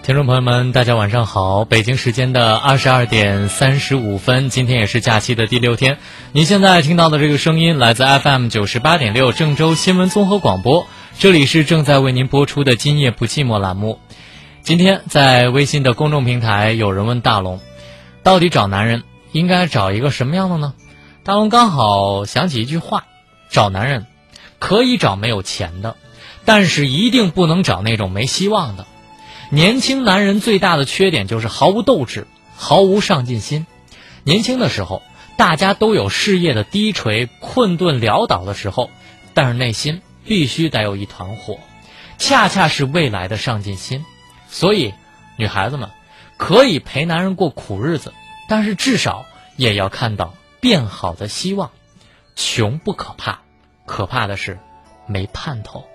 听众朋友们，大家晚上好！北京时间的22:35，今天也是假期的第6天。您现在听到的这个声音来自 FM 98.6郑州新闻综合广播，这里是正在为您播出的《今夜不寂寞》栏目。今天在微信的公众平台，有人问大龙，到底找男人应该找一个什么样的呢？大龙刚好想起一句话，找男人可以找没有钱的，但是一定不能找那种没希望的。年轻男人最大的缺点就是毫无斗志，毫无上进心。年轻的时候，大家都有事业的低垂、困顿潦倒的时候，但是内心必须得有一团火，恰恰是未来的上进心。所以，女孩子们可以陪男人过苦日子，但是至少也要看到变好的希望。穷不可怕，可怕的是没盼头。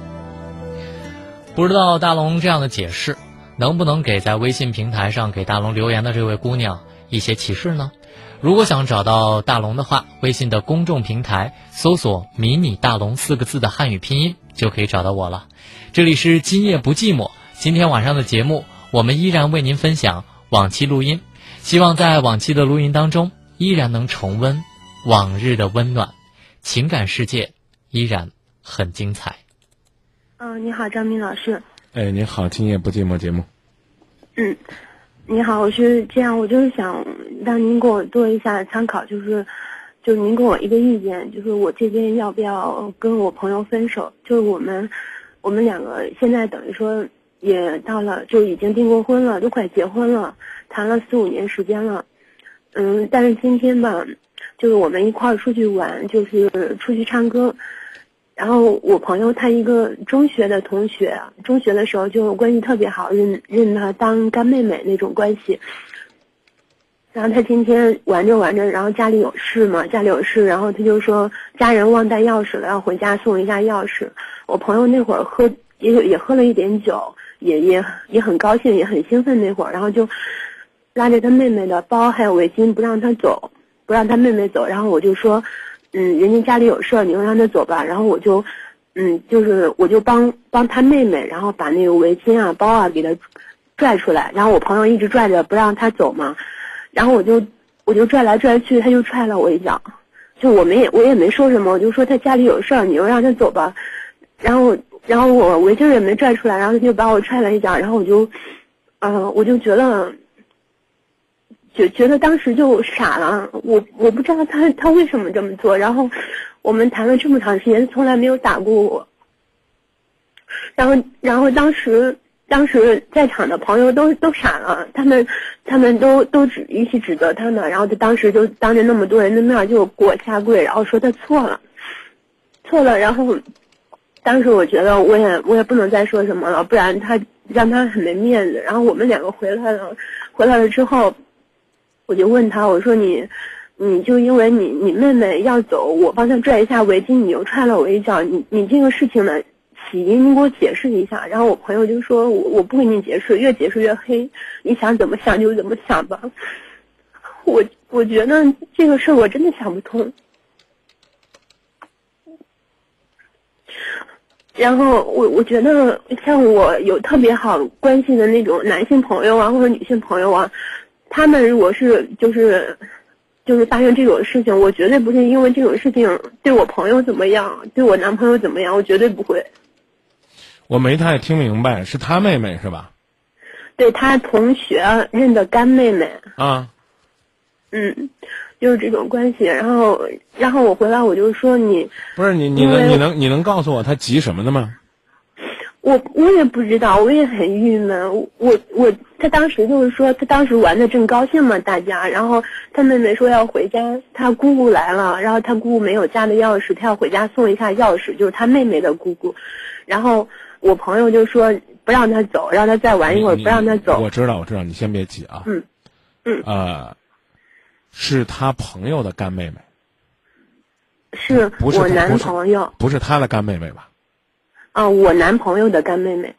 不知道大龙这样的解释能不能给在微信平台上给大龙留言的这位姑娘一些启示呢？如果想找到大龙的话，微信的公众平台搜索迷你大龙4个字的汉语拼音就可以找到我了。这里是今夜不寂寞，今天晚上的节目我们依然为您分享往期录音，希望在往期的录音当中依然能重温往日的温暖，情感世界依然很精彩。 你好，张明老师。 你好，今夜不寂寞节目。 你好，我是这样，我就是想让您给我做一下参考，就是您给我一个意见，就是我这边要不要跟我朋友分手？就是我们两个现在等于说也到了，就已经订过婚了，都快结婚了，谈了4、5年时间了。但是今天吧，就是我们一块儿出去玩，就是出去唱歌。然后我朋友他一个中学的同学，中学的时候就关系特别好，认他当干妹妹那种关系。然后他今天玩着玩着，然后家里有事，然后他就说家人忘带钥匙了，要回家送一下钥匙。我朋友那会儿也喝了一点酒，也很高兴，也很兴奋那会儿，然后就拉着他妹妹的包还有围巾不让他走，不让他妹妹走。然后我就说人家家里有事儿，你就让他走吧。然后我就帮他妹妹，然后把那个围巾啊、包啊给他拽出来。然后我朋友一直拽着不让他走嘛，然后我就拽来拽去，他就踹了我一脚。就我也没说什么，我就说他家里有事儿，你就让他走吧。然后我围巾也没拽出来，然后他就把我踹了一脚。然后我就觉得当时就傻了，我不知道他为什么这么做。然后我们谈了这么长时间，从来没有打过我。然后当时在场的朋友都傻了，他们都一起指责他呢。然后他当时就当着那么多人的面就给我下跪，然后说他错了。然后当时我觉得我也不能再说什么了，不然他让他很没面子。然后我们两个回来了之后，我就问他，我说你就因为你妹妹要走，我帮她拽一下围巾，你又踹了我一脚，你这个事情呢起因你给我解释一下。然后我朋友就说我不给你解释，越解释越黑，你想怎么想就怎么想吧。我觉得这个事儿我真的想不通。然后我觉得像我有特别好关系的那种男性朋友啊或者女性朋友啊，他们如果是就是发生这种事情，我绝对不是因为这种事情对我朋友怎么样，对我男朋友怎么样，我绝对不会。 我没太听明白，是他妹妹是吧？ 对，他同学认的干妹妹啊。 就是这种关系。然后我回来我就说你不是你能告诉我他急什么的吗？ 我也不知道，我也很郁闷。他当时就是说，他当时玩的正高兴嘛，大家。然后他妹妹说要回家，他姑姑来了，然后他姑姑没有家的钥匙，他要回家送一下钥匙，就是他妹妹的姑姑。然后我朋友就说不让他走，让他再玩一会儿，不让他走。 我知道，你先别急啊。是他朋友的干妹妹， 是我男朋友， 不是他的干妹妹吧？ 我男朋友的干妹妹。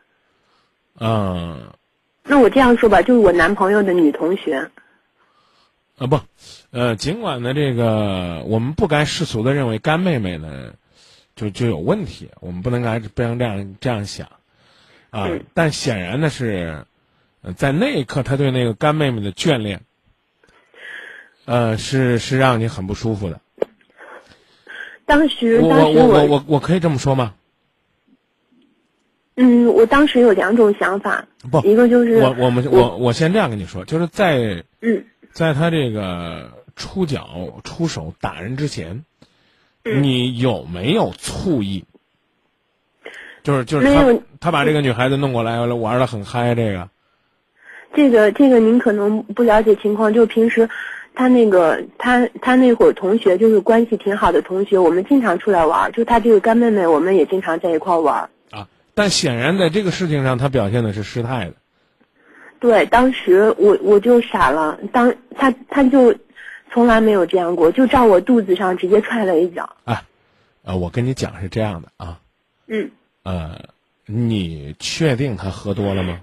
那我这样说吧，就是我男朋友的女同学。 尽管呢，这个我们不该世俗的认为干妹妹呢就有问题，我们不能这样想。 啊，但显然的是，在那一刻他对那个干妹妹的眷恋，是让你很不舒服的。 当时我可以这么说吗？ 我当时有2种想法， 不， 一个就是我先这样跟你说，就是在他这个出手打人之前，你有没有醋意？就是他把这个女孩子弄过来玩得很嗨， 这个您可能不了解情况，就平时他那会儿同学就是关系挺好的同学，我们经常出来玩，就他这个干妹妹我们也经常在一块玩啊。但显然在这个事情上他表现的是失态的。 对，当时我就傻了，他就从来没有这样过，就照我肚子上直接踹了一脚。 我跟你讲是这样的啊。你确定他喝多了吗？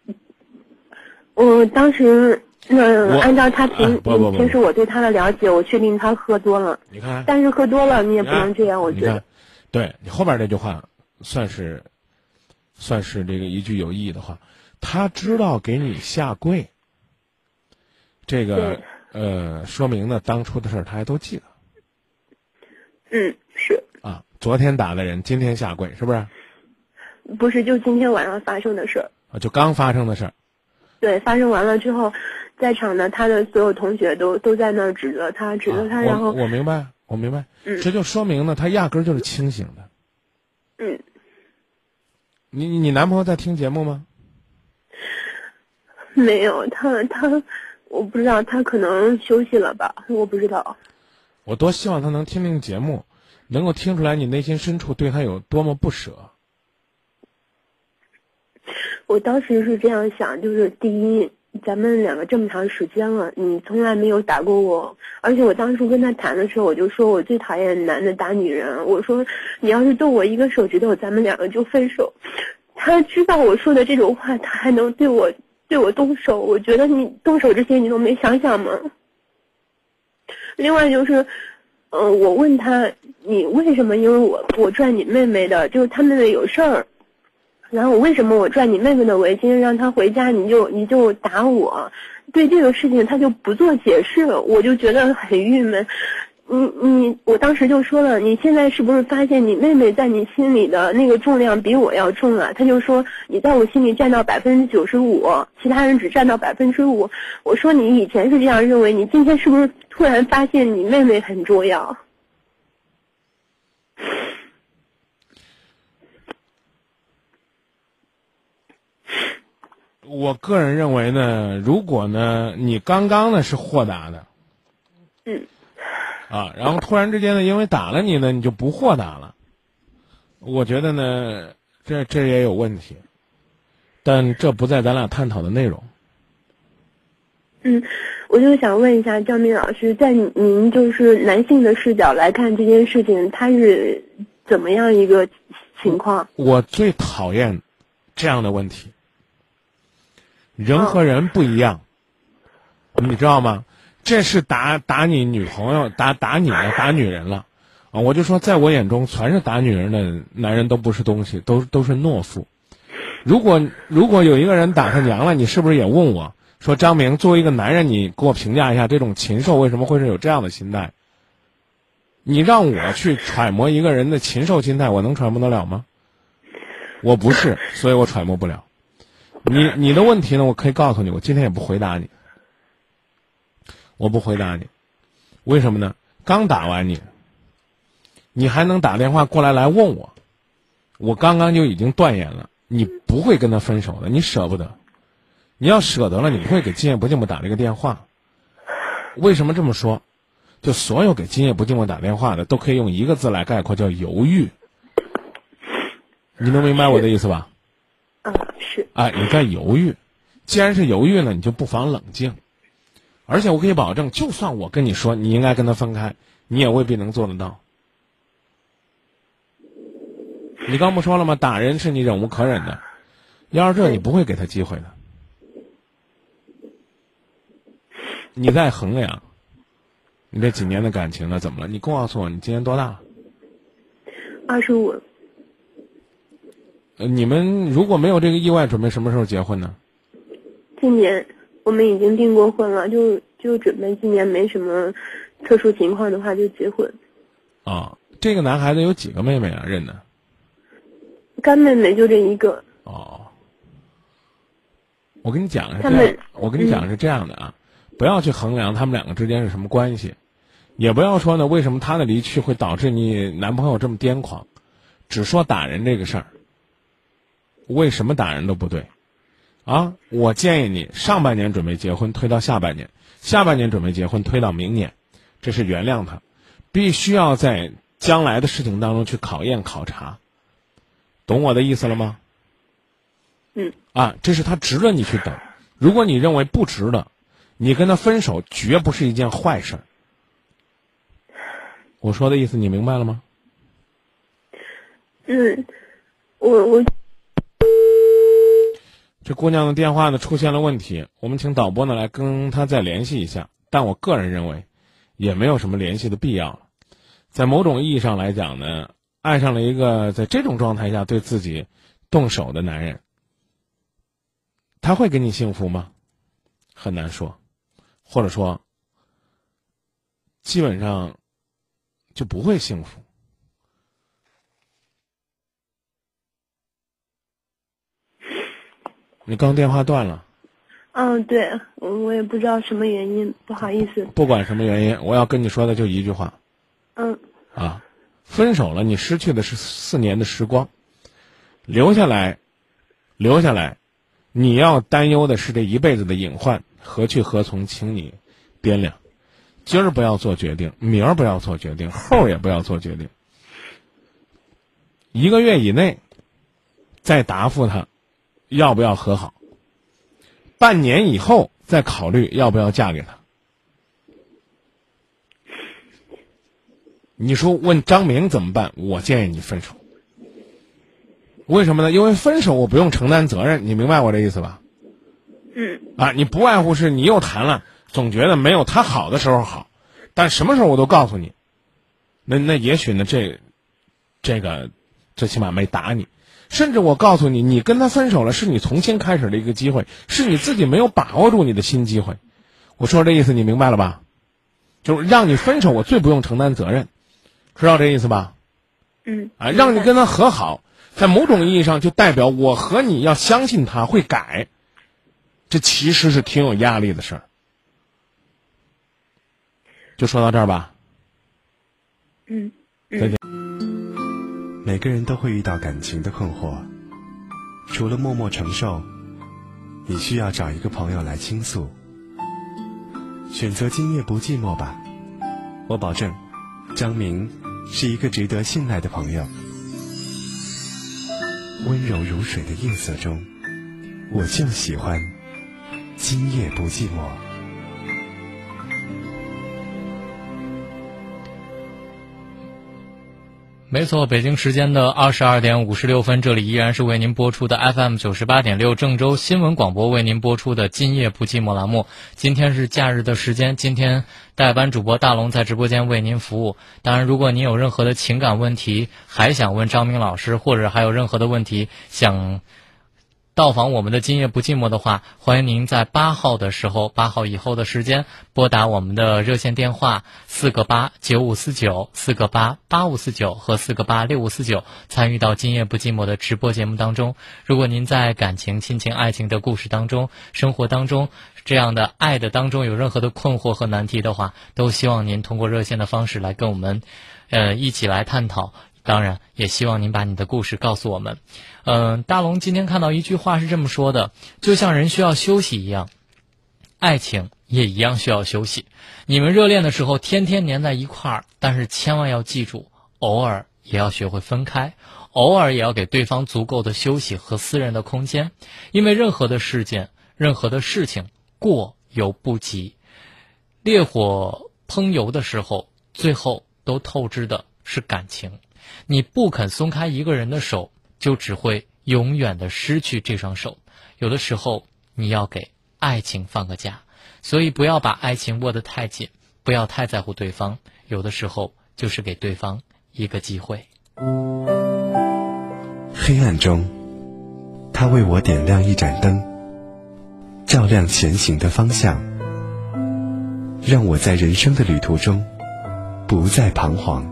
我当时按照他平时我对他的了解，我确定他喝多了。 你看， 但是喝多了你也不能这样，我觉得。 对你后边这句话算是这个一句有意义的话，他知道给你下跪，这个说明呢当初的事儿他还都记得。 是啊，昨天打的人今天下跪，是不是？ 不是，就今天晚上发生的事儿。 就刚发生的事儿。 对，发生完了之后，在场的他的所有同学都在那儿指责他，然后我明白，这就说明呢，他压根儿就是清醒的。你男朋友在听节目吗？ 没有，他我不知道，他可能休息了吧，我不知道。 我多希望他能听节目，能够听出来你内心深处对他有多么不舍。 我当时是这样想，就是第一，咱们2个这么长时间了，你从来没有打过我，而且我当初跟他谈的时候，我就说我最讨厌男的打女人，我说你要是动我一个手指头，咱们2个就分手。他知道我说的这种话，他还能对我动手，我觉得你动手之前你都没想想吗？另外就是，我问他你为什么因为我拽你妹妹的，就是他妹妹有事儿。然后为什么我拽你妹妹的围巾，让她回家你就打我？对这个事情他就不做解释，我就觉得很郁闷。我当时就说了，你现在是不是发现你妹妹在你心里的那个重量比我要重了？他就说你在我心里占到95%，其他人只占到5%。我说你以前是这样认为，你今天是不是突然发现你妹妹很重要？ 我个人认为呢，如果呢你刚刚呢是豁达的，然后突然之间呢，因为打了你呢，你就不豁达了，我觉得呢，这也有问题，但这不在咱俩探讨的内容。 我就想问一下张明老师，在您就是男性的视角来看这件事情，他是怎么样一个情况？ 我最讨厌这样的问题。人和人不一样，你知道吗？这是打你女朋友，打你了，打女人了，我就说，在我眼中，全是打女人的男人都不是东西，都是懦夫。如果有一个人打他娘了，你是不是也问我说，张明，作为一个男人，你给我评价一下这种禽兽为什么会是有这样的心态？你让我去揣摩一个人的禽兽心态，我能揣摩得了吗？我不是，所以我揣摩不了。你的问题呢？我可以告诉你，我今天也不回答你。我不回答你，为什么呢？刚打完你还能打电话过来问我，我刚刚就已经断言了，你不会跟他分手的，你舍不得。你要舍得了，你不会给今夜不寂寞打这个电话。为什么这么说？就所有给今夜不寂寞打电话的，都可以用一个字来概括，叫犹豫。你能明白我的意思吧？ 是。 你在犹豫，既然是犹豫呢，你就不妨冷静。而且我可以保证，就算我跟你说你应该跟他分开，你也未必能做得到。你刚不说了吗？打人是你忍无可忍的，要是这你不会给他机会的。你再衡量你这几年的感情呢？怎么了？你告诉我，你今年多大？ 25。 你们如果没有这个意外，准备什么时候结婚呢？ 今年我们已经订过婚了，就准备今年没什么特殊情况的话就结婚。 啊，这个男孩子有几个妹妹啊？认的？ 干妹妹就这一个。 哦，我跟你讲是这样，我跟你讲是这样的啊，不要去衡量他们两个之间是什么关系，也不要说呢为什么他的离去会导致你男朋友这么癫狂，只说打人这个事儿，为什么打人都不对。啊，我建议你上半年准备结婚推到下半年，下半年准备结婚推到明年，这是原谅他，必须要在将来的事情当中去考验考察，懂我的意思了吗？啊，这是他值得你去等。如果你认为不值得，你跟他分手绝不是一件坏事。我说的意思你明白了吗？ 我这姑娘的电话呢出现了问题，我们请导播呢来跟她再联系一下，但我个人认为也没有什么联系的必要了。在某种意义上来讲呢，爱上了一个在这种状态下对自己动手的男人，他会给你幸福吗？很难说，或者说基本上就不会幸福。你刚电话断了。 对，我也不知道什么原因，不好意思。 不管什么原因，我要跟你说的就一句话。分手了，你失去的是4年的时光，留下来，你要担忧的是这一辈子的隐患，何去何从，请你掂量。今儿不要做决定，明儿不要做决定，后儿也不要做决定。1个月以内再答复他要不要和好，半年以后再考虑要不要嫁给他。你说问张明怎么办？我建议你分手。为什么呢？因为分手我不用承担责任，你明白我这意思吧？你不外乎是你又谈了，总觉得没有他好的时候好，但什么时候我都告诉你，那也许呢这个最起码没打你，甚至我告诉你，你跟他分手了，是你重新开始的一个机会，是你自己没有把握住你的新机会。我说这意思你明白了吧？就是让你分手，我最不用承担责任，知道这意思吧？让你跟他和好，在某种意义上就代表我和你要相信他会改，这其实是挺有压力的事儿。就说到这儿吧。再见。 每个人都会遇到感情的困惑，除了默默承受，你需要找一个朋友来倾诉。选择今夜不寂寞吧，我保证张明是一个值得信赖的朋友。温柔如水的夜色中，我就喜欢今夜不寂寞。 没错，北京时间的22点56分，这里依然是为您播出的 FM 98.6郑州新闻广播为您播出的今夜不寂寞栏目。今天是假日的时间，今天代班主播大龙在直播间为您服务。当然，如果您有任何的情感问题，还想问张明老师，或者还有任何的问题想到访我们的今夜不寂寞的话，欢迎您在8号的时候，8号以后的时间拨打我们的热线电话4个8 9549 4个8 8549和4个8 6549，参与到今夜不寂寞的直播节目当中。如果您在感情、亲情、爱情的故事当中、生活当中这样的爱的当中有任何的困惑和难题的话，都希望您通过热线的方式来跟我们一起来探讨。当然也希望您把你的故事告诉我们。大龙今天看到一句话是这么说的，就像人需要休息一样，爱情也一样需要休息。你们热恋的时候天天黏在一块儿，但是千万要记住，偶尔也要学会分开，偶尔也要给对方足够的休息和私人的空间。因为任何的事件、任何的事情过犹不及，烈火烹油的时候，最后都透支的是感情。你不肯松开一个人的手，就只会永远的失去这双手。有的时候你要给爱情放个假，所以不要把爱情握得太紧，不要太在乎对方，有的时候就是给对方一个机会。 黑暗中它为我点亮一盏灯，照亮前行的方向，让我在人生的旅途中不再彷徨。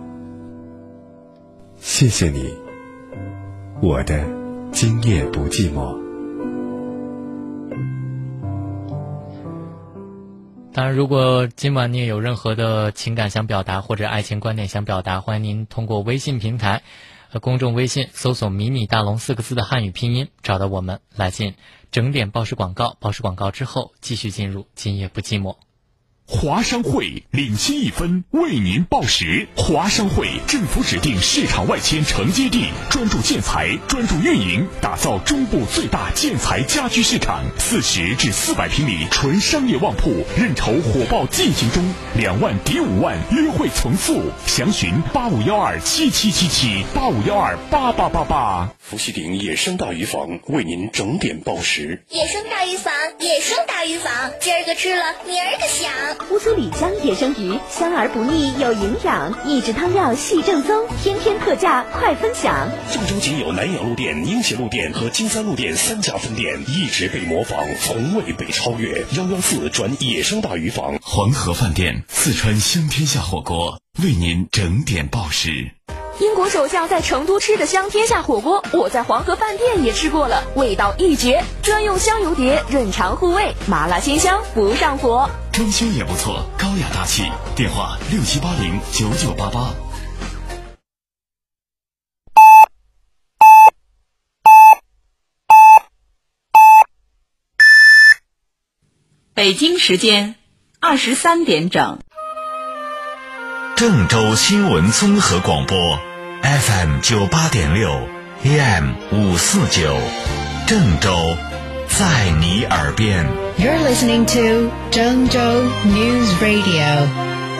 谢谢你，我的今夜不寂寞。 当然，如果今晚你也有任何的情感想表达或者爱情观点想表达，欢迎您通过微信平台公众微信搜索迷你大龙4个字的汉语拼音找到我们，来信整点报时广告，报时广告之后继续进入今夜不寂寞。 华商会领先一分，为您报时。华商会政府指定市场外迁承接地，专注建材，专注运营，打造中部最大建材家居市场，40至400平米纯商业旺铺，认筹火爆进行中，2万抵5万，约惠从速，详询85127777，85128888。 伏羲鼎野生大鱼坊为您整点报时。 野生大鱼坊，野生大鱼坊，今儿个吃了，明儿个想。 乌苏里江野生鱼，香而不腻，有营养，秘制汤料系正宗，天天特价，快分享！ 郑州仅有南阳路店、英协路店和金三路店3家分店，一直被模仿，从未被超越。114转野生大鱼坊。 黄河饭店四川香天下火锅为您整点报时。 英国首相在成都吃的香天下火锅，我在黄河饭店也吃过了，味道一绝，专用香油碟润肠护胃，麻辣鲜香不上火， 装修也不错，高雅大气。电话67809988。 北京时间23点整。 郑州新闻综合广播 FM 98.6 AM 549，郑州在你耳边。 You're listening to 郑州 News Radio。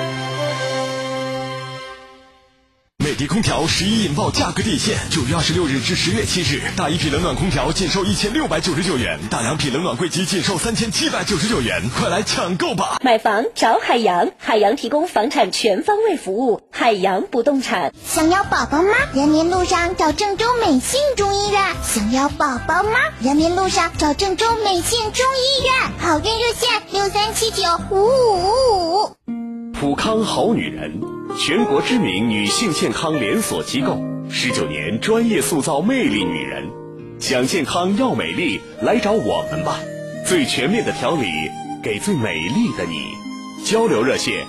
美的空调11引爆价格地线，9月26日至10月7日，大一匹冷暖空调仅售1699元，大2匹冷暖柜机仅售3799元，快来抢购吧！ 买房找海洋，海洋提供房产全方位服务，海洋不动产。 想要宝宝吗？人民路上找郑州美信中医院。想要宝宝吗？人民路上找郑州美信中医院。好运热线6379555555。 普康好女人，全国知名女性健康连锁机构，19年专业塑造魅力女人。想健康要美丽，来找我们吧！最全面的调理，给最美丽的你。交流热线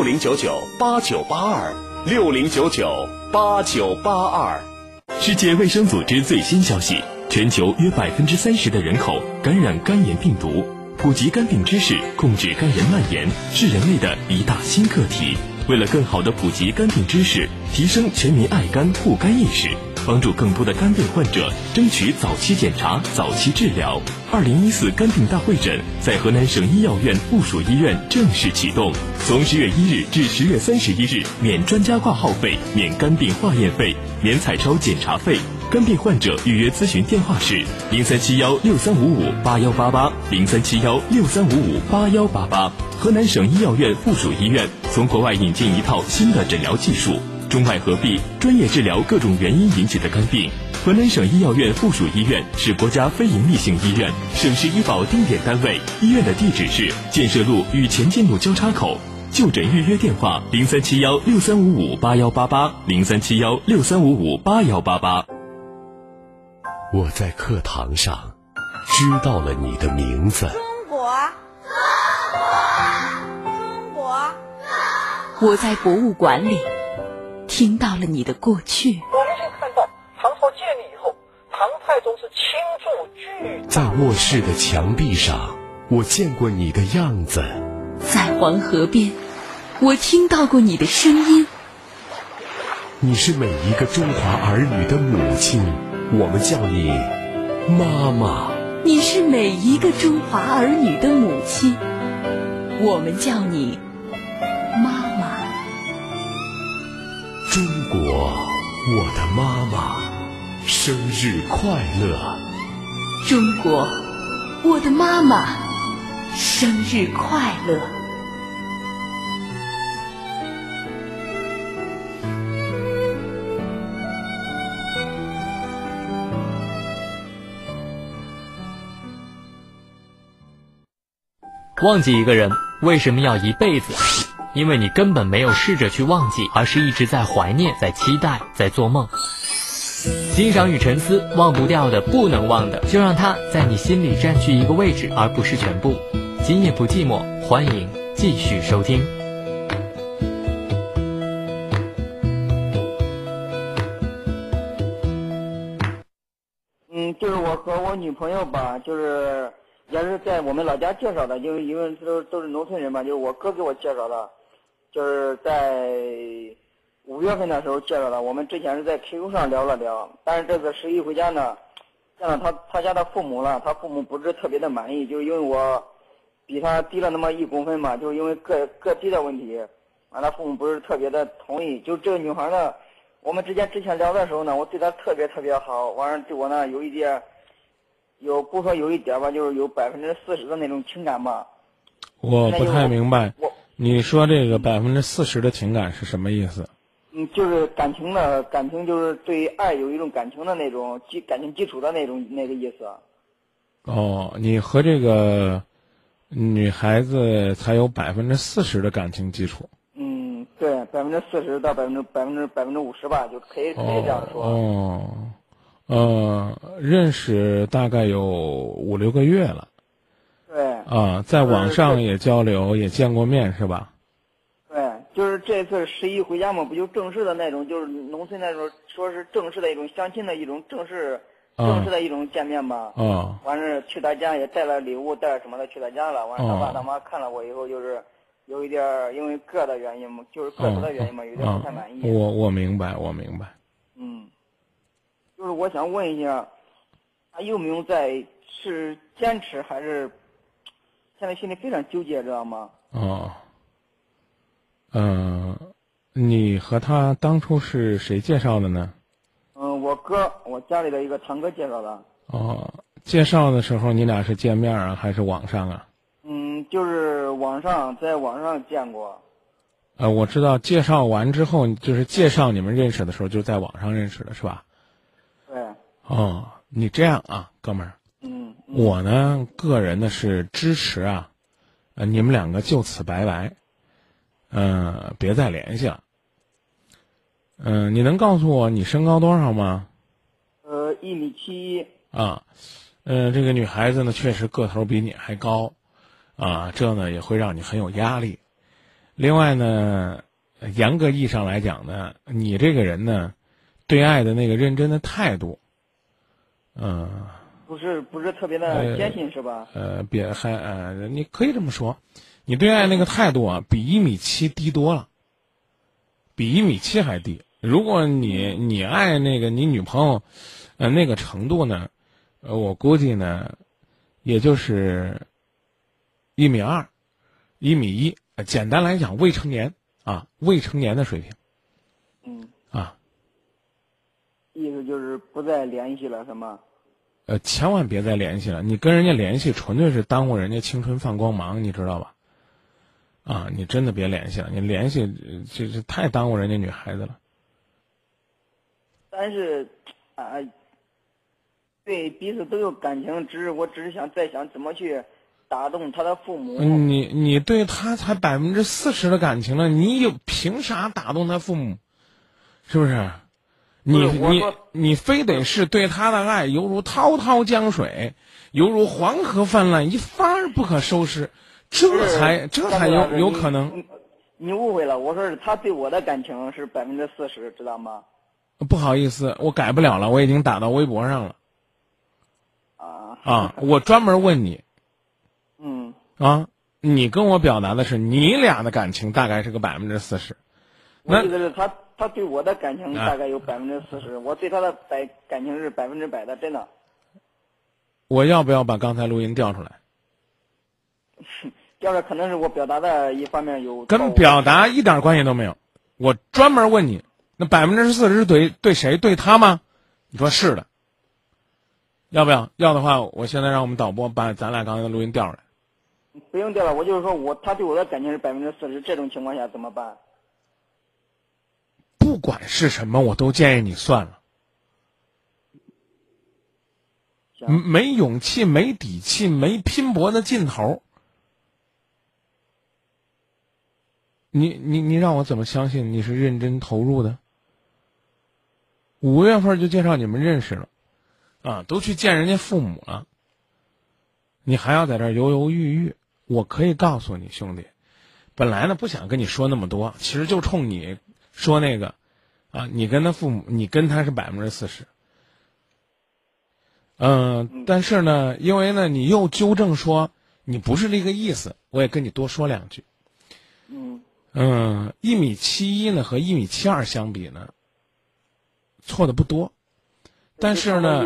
60998982，60998982。 世界卫生组织最新消息，全球约30%的人口感染肝炎病毒。普及肝病知识，控制肝炎蔓延，是人类的一大新课题。为了更好地普及肝病知识，提升全民爱肝护肝意识，帮助更多的肝病患者争取早期检查、早期治疗，2014肝病大会诊在河南省医药院附属医院正式启动。从10月1日至10月31日，免专家挂号费，免肝病化验费，免彩超检查费。肝病患者预约咨询电话是037163558188，037163558188。河南省医药院附属医院从国外引进一套新的诊疗技术，中外合璧，专业治疗各种原因引起的肝病。河南省医药院附属医院是国家非营利性医院，省市医保定点单位。医院的地址是建设路与前进路交叉口。就诊预约电话037163558188，037163558188。 我在课堂上知道了你的名字。 中国。我在博物馆里听到了你的过去。 我们就看到唐朝建立以后，唐太宗是倾注巨大。 在卧室的墙壁上，我见过你的样子。 在黄河边，我听到过你的声音。 你是每一个中华儿女的母亲，我们叫你妈妈。 你是每一个中华儿女的母亲，我们叫你妈妈。 中国，我的妈妈，生日快乐！ 中国，我的妈妈，生日快乐！ 忘记一个人为什么要一辈子？因为你根本没有试着去忘记，而是一直在怀念，在期待，在做梦。欣赏与沉思，忘不掉的，不能忘的，就让它在你心里占据一个位置，而不是全部。今夜不寂寞，欢迎继续收听。 就是我和我女朋友吧，就是也是在我们老家介绍的，就是因为都是农村人嘛，就是我哥给我介绍的，就是在5月份的时候介绍的。我们之前是在 QQ 上聊了聊，但是这次11回家呢，见了他家的父母了，他父母不是特别的满意，就是因为我比他低了那么1公分嘛，就是因为个低的问题，他父母不是特别的同意。就这个女孩呢，我们之前聊的时候呢，我对她特别特别好，完了对我呢有一点，不说有一点吧，就是有40%的那种情感吧。 我不太明白，你说这个40%的情感是什么意思？ 就是感情就是对爱有一种感情的那种感情基础的那个意思。 哦，你和这个女孩子才有40%的感情基础。 对，40%到50%吧，就可以这样说。 认识大概有5、6个月了。 对。 在网上也交流，也见过面，是吧？ 对，就是这次11回家嘛，不就正式的那种，就是农村那种说是正式的一种相亲的一种正式的一种见面嘛。完事去他家也带了礼物，带了什么的去他家了。完他爸他妈看了我以后，就是有一点因为个的原因嘛，就是个头的原因嘛，有点不太满意。 我明白。 就是我想问一下，他有没有是坚持还是现在心里非常纠结，知道吗？ 你和他当初是谁介绍的呢？ 我家里的一个堂哥介绍的。 介绍的时候你俩是见面啊，还是网上啊？ 就是在网上见过。 我知道，介绍完之后，就是介绍你们认识的时候，就在网上认识的是吧？ 对。 你这样啊，哥们儿。我呢，个人呢是支持你们2个就此拜拜，别再联系了。你能告诉我你身高多少吗？1.71米。这个女孩子呢，确实个头比你还高，这呢也会让你很有压力。另外呢，严格意义上来讲呢，你这个人呢，对爱的那个认真的态度， 不是特别的坚信，是吧？ 你可以这么说，你对爱那个态度比1.7米低多了，比1.7米还低。如果你爱那个你女朋友，那个程度呢，我估计呢，也就是1.2米、1.1米。简单来讲，未成年的水平。 意思就是不再联系了，是吗？ 千万别再联系了，你跟人家联系纯粹是耽误人家青春放光芒，你知道吧？你真的别联系了，你联系这太耽误人家女孩子了。 但是对彼此都有感情，我只是想怎么去打动他的父母。 你对他才40%的感情了，你凭啥打动他父母？是不是？你非得是对他的爱犹如滔滔江水，犹如黄河泛滥，一发而不可收拾，这才有可能。 你误会了，我说是他对我的感情是40%，知道吗？ 不好意思，我改不了了，我已经打到微博上了。我专门问你。你跟我表达的是你俩的感情大概是个40%。 我意思是他对我的感情大概有40%，我对他的感情是100%的，真的。 我要不要把刚才录音调出来？ 调出来可能是我表达的一方面有。 跟表达一点关系都没有。我专门问你，那40%是对谁？对他吗？你说是的。要不要？要的话，我现在让我们导播把咱俩刚才的录音调出来。 不用调了，我就是说他对我的感情是40%，这种情况下怎么办？ 不管是什么，我都建议你算了。没勇气、没底气、没拼搏的劲头， 你让我怎么相信你是认真投入的？5月份就介绍你们认识了，啊，都去见人家父母了，你还要在这儿犹犹豫豫？我可以告诉你，兄弟，本来呢不想跟你说那么多，其实就冲你说那个，啊，你跟他父母，你跟他是40%。但是呢，因为呢你又纠正说你不是这个意思，我也跟你多说2句。1.71米呢和1.72米相比呢，错的不多，但是呢，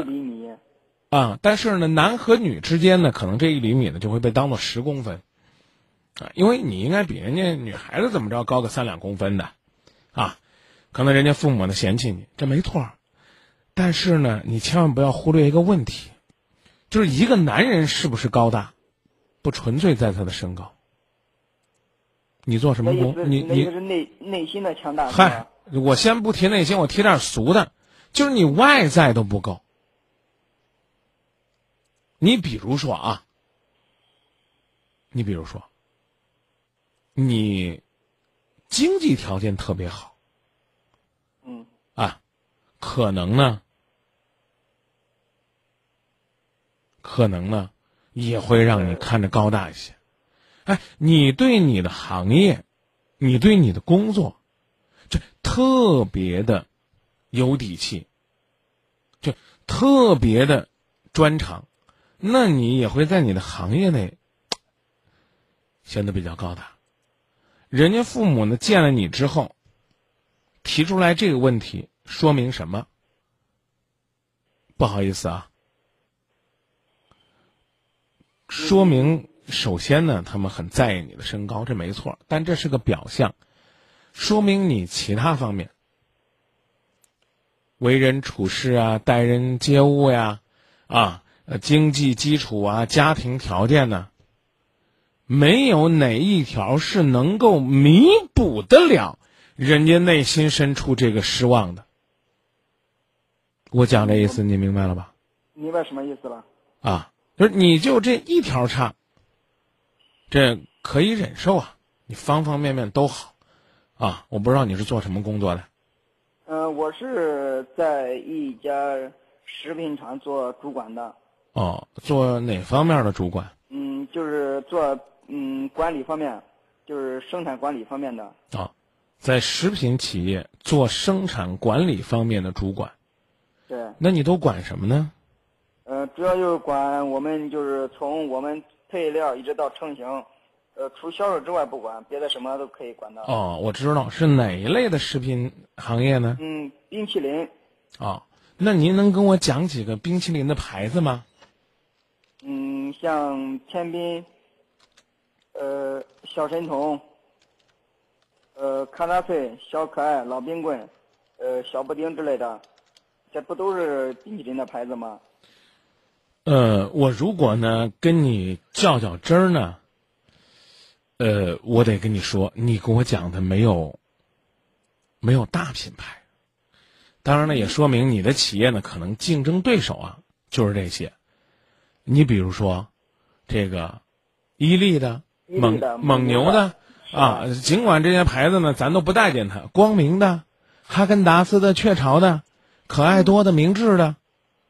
男和女之间呢，可能这1厘米呢就会被当作10公分，啊，因为你应该比人家女孩子怎么着高个3-2公分的，啊，可能人家父母呢嫌弃你，这没错。但是呢，你千万不要忽略一个问题，就是一个男人是不是高大，不纯粹在他的身高。你做什么工？你是内心的强大。 嗨，我先不提内心，我提点俗的，就是你外在都不够。你比如说，你经济条件特别好，可能呢，也会让你看着高大一些。你对你的行业，你对你的工作，这特别的有底气，就特别的专长，那你也会在你的行业内显得比较高大。人家父母呢见了你之后，提出来这个问题，说明什么？不好意思啊，说明首先呢，他们很在意你的身高，这没错，但这是个表象，说明你其他方面，为人处事啊，待人接物呀，经济基础啊，家庭条件呢，没有哪一条是能够弥补得了人家内心深处这个失望的。我讲这意思你明白了吧？ 明白什么意思了？ 就是你就这一条差，这可以忍受啊，你方方面面都好，我不知道你是做什么工作的。 我是在一家食品厂做主管的。 做哪方面的主管？ 就是做管理方面，就是生产管理方面的。 在食品企业做生产管理方面的主管。 对。 那你都管什么呢？ 主要就是管我们，就是从我们配料一直到成型，除销售之外不管，别的什么都可以管到。 我知道是哪一类的食品行业呢？ 冰淇淋。 那您能跟我讲几个冰淇淋的牌子吗？ 像天彬，小神童，卡纳脆、小可爱、老冰棍，小布丁之类的，这不都是冰淇淋的牌子吗？ 我如果呢跟你较真儿呢，我得跟你说，你跟我讲的没有大品牌，当然呢也说明你的企业呢可能竞争对手就是这些。你比如说这个伊利的、蒙牛的尽管这些牌子呢咱都不待见它，光明的、哈根达斯的、雀巢的、可爱多的、明治的，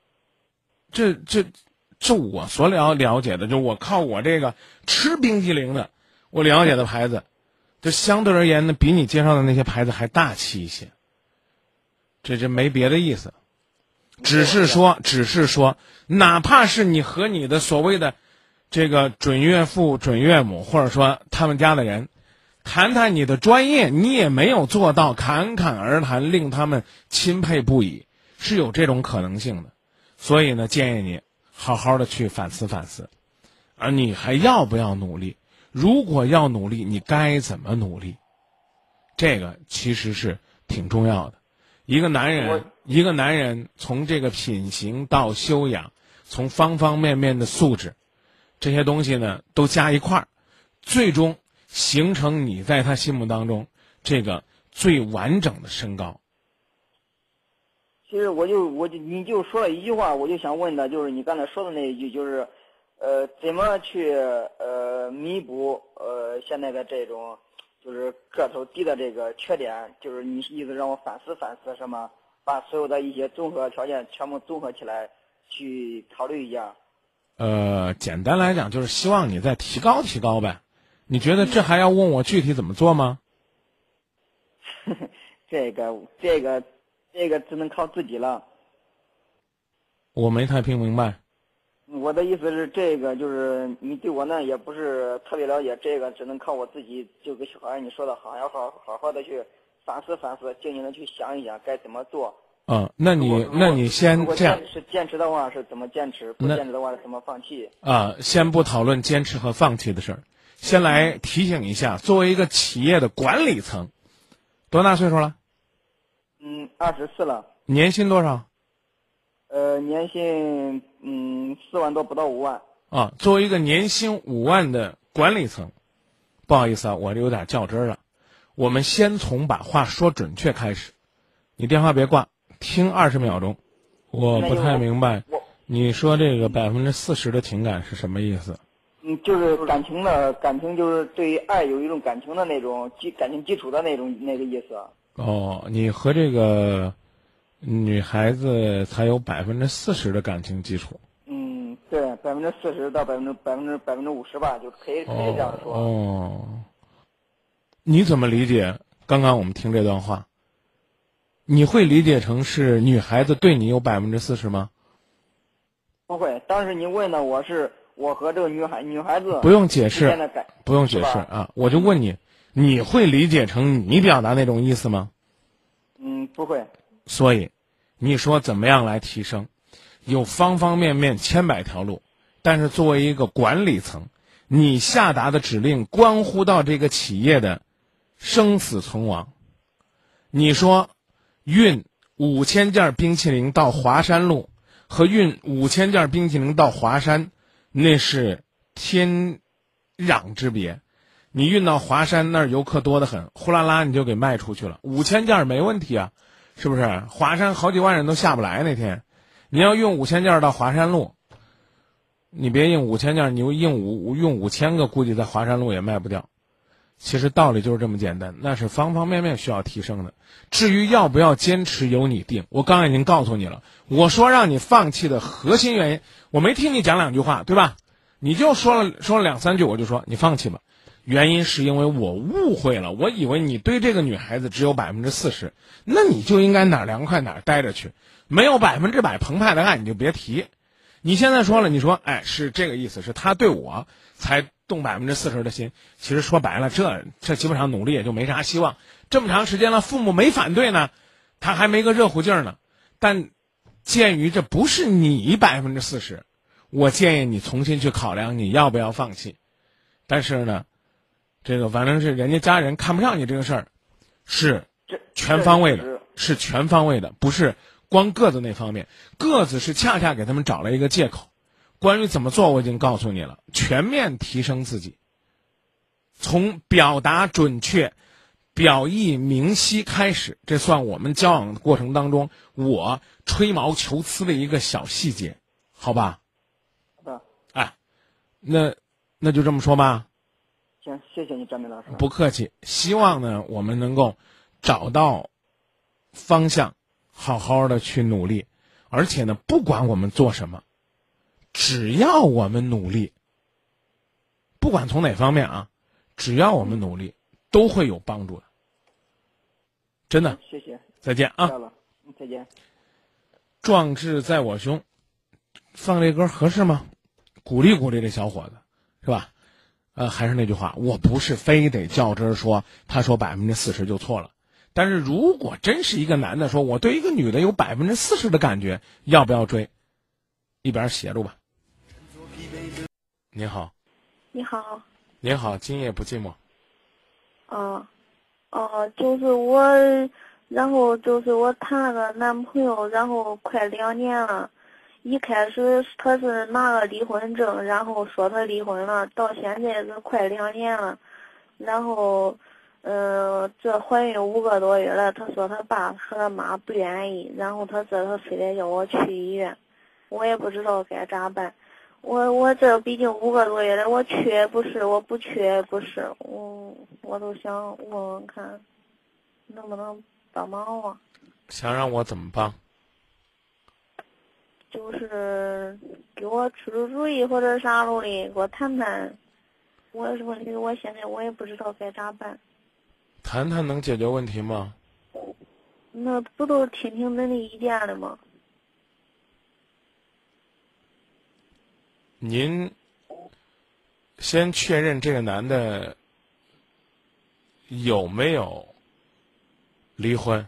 这我所了解的，就我靠我这个吃冰激凌的，我了解的牌子，就相对而言呢，比你介绍的那些牌子还大气一些。这没别的意思，只是说，哪怕是你和你的所谓的这个准岳父、准岳母，或者说他们家的人，谈谈你的专业，你也没有做到侃侃而谈，令他们钦佩不已，是有这种可能性的。所以呢，建议你好好的去反思反思，你还要不要努力？如果要努力，你该怎么努力？这个其实是挺重要的。一个男人从这个品行到修养，从方方面面的素质，这些东西呢都加一块儿，最终形成你在他心目当中这个最完整的身高。 其实你就说了一句话，我就想问的，就是你刚才说的那一句，就是怎么去弥补现在的这种就是个头低的这个缺点，就是你意思让我反思反思，是吗？把所有的一些综合条件全部综合起来去考虑一下。 简单来讲就是希望你再提高提高呗。你觉得这还要问我具体怎么做吗？ 这个只能靠自己了。 我没太听明白。 我的意思是，这个就是你对我呢也不是特别了解，这个只能靠我自己，就跟好像你说的，好像要好好的去反思反思，静静的去想一想该怎么做。 那你先这样。 是坚持的话是怎么坚持，不坚持的话是怎么放弃？ 先不讨论坚持和放弃的事儿，先来提醒一下，作为一个企业的管理层，多大岁数了 ？24了。 年薪多少？ 年薪4万多，不到5万。 作为一个年薪5万的管理层，不好意思啊，我这有点较真了。我们先从把话说准确开始。你电话别挂，听20秒钟。我不太明白，你说这个40%的情感是什么意思？ 就是感情就是对于爱有一种感情的那种感情基础的那个意思。 你和这个女孩子才有40%的感情基础。 对，40%到50%吧，就可以这样说。 你怎么理解刚刚我们听这段话？你会理解成是女孩子对你有40%吗？ 不会，当时您问的我和这个女孩子不用解释，不用解释啊！我就问你，你会理解成你表达那种意思吗？ 不会。 所以，你说怎么样来提升？有方方面面千百条路，但是作为一个管理层，你下达的指令关乎到这个企业的生死存亡。你说运5000件冰淇淋到华山路和运5000件冰淇淋到华山，那是天壤之别。你运到华山那儿游客多得很，呼啦啦你就给卖出去了，5000件没问题啊，是不是？华山好几万人都下不来那天。你要运5000件到华山路，你别运5000件，你运5000个，估计在华山路也卖不掉。其实道理就是这么简单，那是方方面面需要提升的。至于要不要坚持，由你定。我刚才已经告诉你了，我说让你放弃的核心原因，我没听你讲2句话，对吧？你就说了2-3句，我就说你放弃吧。原因是因为我误会了，我以为你对这个女孩子只有40%，那你就应该哪儿凉快哪儿待着去，没有100%澎湃的爱你就别提。你现在说了，你说是这个意思，是他对我才动40%的心。其实说白了，这基本上努力也就没啥希望。这么长时间了，父母没反对呢，他还没个热乎劲儿呢。但鉴于这不是你40%，我建议你重新去考量你要不要放弃。但是呢，这个反正是人家家人看不上你这个事儿，是全方位的，不是光个子那方面。个子是恰恰给他们找了一个借口。关于怎么做我已经告诉你了，全面提升自己，从表达准确、表意明晰开始，这算我们交往的过程当中我吹毛求疵的一个小细节，好吧？那就这么说吧。 行，谢谢你，张明老师。 不客气。希望呢，我们能够找到方向，好好的去努力。而且呢，不管我们做什么，只要我们努力，不管从哪方面啊，只要我们努力，都会有帮助的。真的。 谢谢。 再见啊。 再见。 壮志在我胸，放这歌合适吗？鼓励鼓励这小伙子，是吧？还是那句话，我不是非得较真说他说40%就错了。但是如果真是一个男的说我对一个女的有40%的感觉，要不要追？一边写着吧。你好。 你好。 你好，今夜不寂寞。 就是我，然后就是我谈了个男朋友，然后快2年了。一开始他是拿了离婚证，然后说他离婚了，到现在是快2年了。然后，这怀孕5个多月了，他说他爸和他妈不愿意，然后他非得叫我去医院，我也不知道该咋办。 我这毕竟5个多月了，我缺不是，我不缺不是，我都想问问看，能不能帮忙我？ 想让我怎么帮？ 就是给我出出主意或者啥路的，给我谈谈。我问题我现在我也不知道该咋办。 谈谈能解决问题吗？ 那不都听听恁的意见了吗？ 您先确认这个男的有没有离婚？